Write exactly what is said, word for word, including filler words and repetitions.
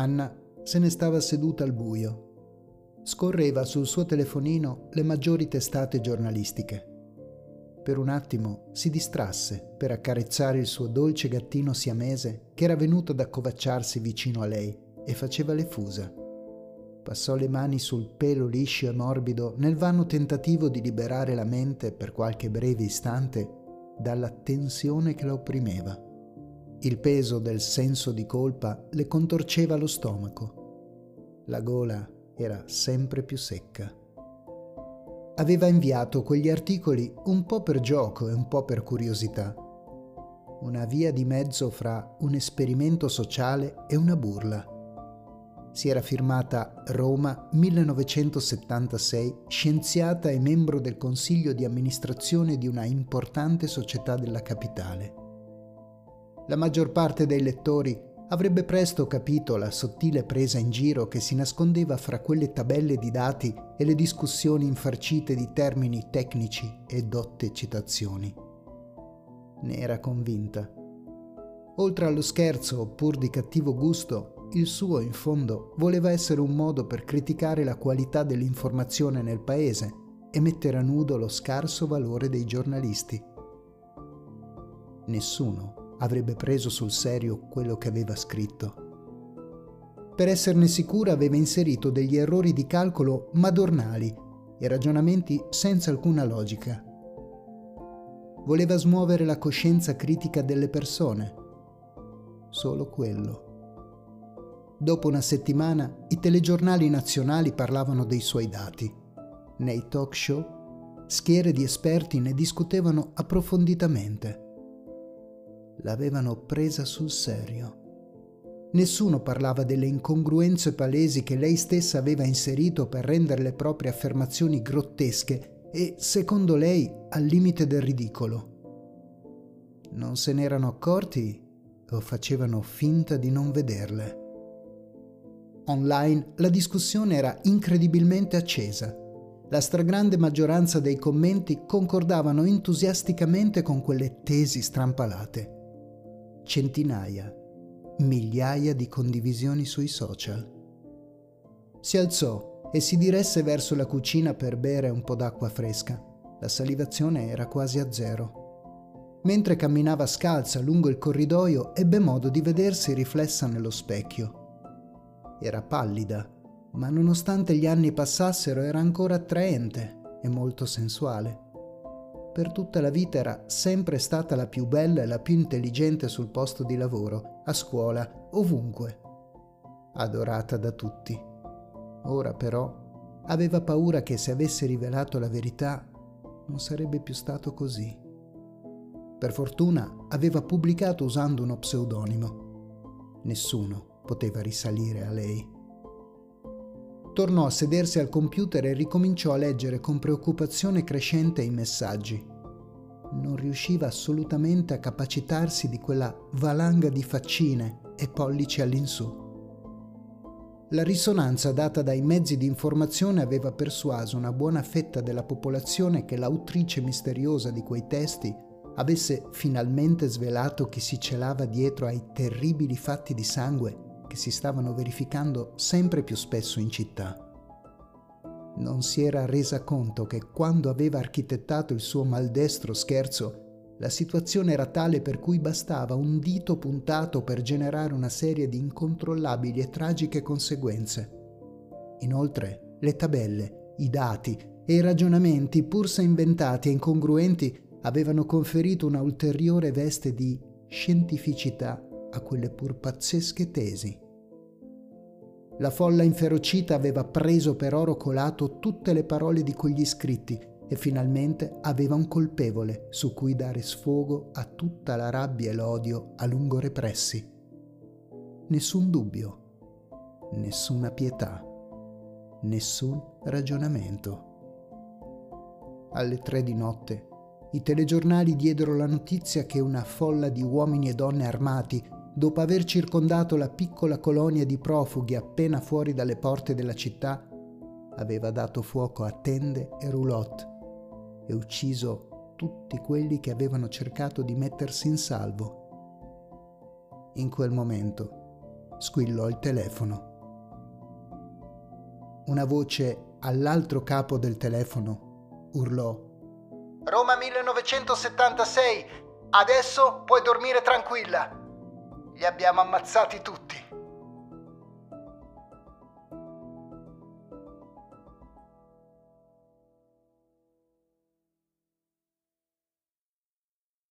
Anna se ne stava seduta al buio. Scorreva sul suo telefonino le maggiori testate giornalistiche. Per un attimo si distrasse per accarezzare il suo dolce gattino siamese che era venuto ad accovacciarsi vicino a lei e faceva le fusa. Passò le mani sul pelo liscio e morbido nel vano tentativo di liberare la mente per qualche breve istante dalla tensione che la opprimeva. Il peso del senso di colpa le contorceva lo stomaco. La gola era sempre più secca. Aveva inviato quegli articoli un po' per gioco e un po' per curiosità. Una via di mezzo fra un esperimento sociale e una burla. Si era firmata Roma millenovecentosettantasei, scienziata e membro del consiglio di amministrazione di una importante società della capitale. La maggior parte dei lettori avrebbe presto capito la sottile presa in giro che si nascondeva fra quelle tabelle di dati e le discussioni infarcite di termini tecnici e dotte citazioni. Ne era convinta. Oltre allo scherzo, pur di cattivo gusto, il suo, in fondo, voleva essere un modo per criticare la qualità dell'informazione nel paese e mettere a nudo lo scarso valore dei giornalisti. Nessuno avrebbe preso sul serio quello che aveva scritto. Per esserne sicura aveva inserito degli errori di calcolo madornali e ragionamenti senza alcuna logica. Voleva smuovere la coscienza critica delle persone. Solo quello. Dopo una settimana, i telegiornali nazionali parlavano dei suoi dati. Nei talk show, schiere di esperti ne discutevano approfonditamente. L'avevano presa sul serio. Nessuno parlava delle incongruenze palesi che lei stessa aveva inserito per rendere le proprie affermazioni grottesche e, secondo lei, al limite del ridicolo. Non se n'erano accorti o facevano finta di non vederle. Online la discussione era incredibilmente accesa. La stragrande maggioranza dei commenti concordavano entusiasticamente con quelle tesi strampalate. Centinaia, migliaia di condivisioni sui social. Si alzò e si diresse verso la cucina per bere un po' d'acqua fresca. La salivazione era quasi a zero. Mentre camminava scalza lungo il corridoio, ebbe modo di vedersi riflessa nello specchio. Era pallida, ma nonostante gli anni passassero era ancora attraente e molto sensuale. Per tutta la vita era sempre stata la più bella e la più intelligente sul posto di lavoro, a scuola, ovunque. Adorata da tutti. Ora però aveva paura che se avesse rivelato la verità non sarebbe più stato così. Per fortuna aveva pubblicato usando uno pseudonimo. Nessuno poteva risalire a lei. Tornò a sedersi al computer e ricominciò a leggere con preoccupazione crescente i messaggi. Non riusciva assolutamente a capacitarsi di quella valanga di faccine e pollici all'insù. La risonanza data dai mezzi di informazione aveva persuaso una buona fetta della popolazione che l'autrice misteriosa di quei testi avesse finalmente svelato chi si celava dietro ai terribili fatti di sangue che si stavano verificando sempre più spesso in città. Non si era resa conto che quando aveva architettato il suo maldestro scherzo, la situazione era tale per cui bastava un dito puntato per generare una serie di incontrollabili e tragiche conseguenze. Inoltre, le tabelle, i dati e i ragionamenti, pur se inventati e incongruenti, avevano conferito una ulteriore veste di scientificità a quelle pur pazzesche tesi. La folla inferocita aveva preso per oro colato tutte le parole di quegli scritti e finalmente aveva un colpevole su cui dare sfogo a tutta la rabbia e l'odio a lungo repressi. Nessun dubbio, nessuna pietà, nessun ragionamento. Alle tre di notte i telegiornali diedero la notizia che una folla di uomini e donne armati, dopo aver circondato la piccola colonia di profughi appena fuori dalle porte della città, aveva dato fuoco a tende e roulotte e ucciso tutti quelli che avevano cercato di mettersi in salvo. In quel momento squillò il telefono. Una voce all'altro capo del telefono urlò: Roma millenovecentosettantasei, adesso puoi dormire tranquilla. Li abbiamo ammazzati tutti.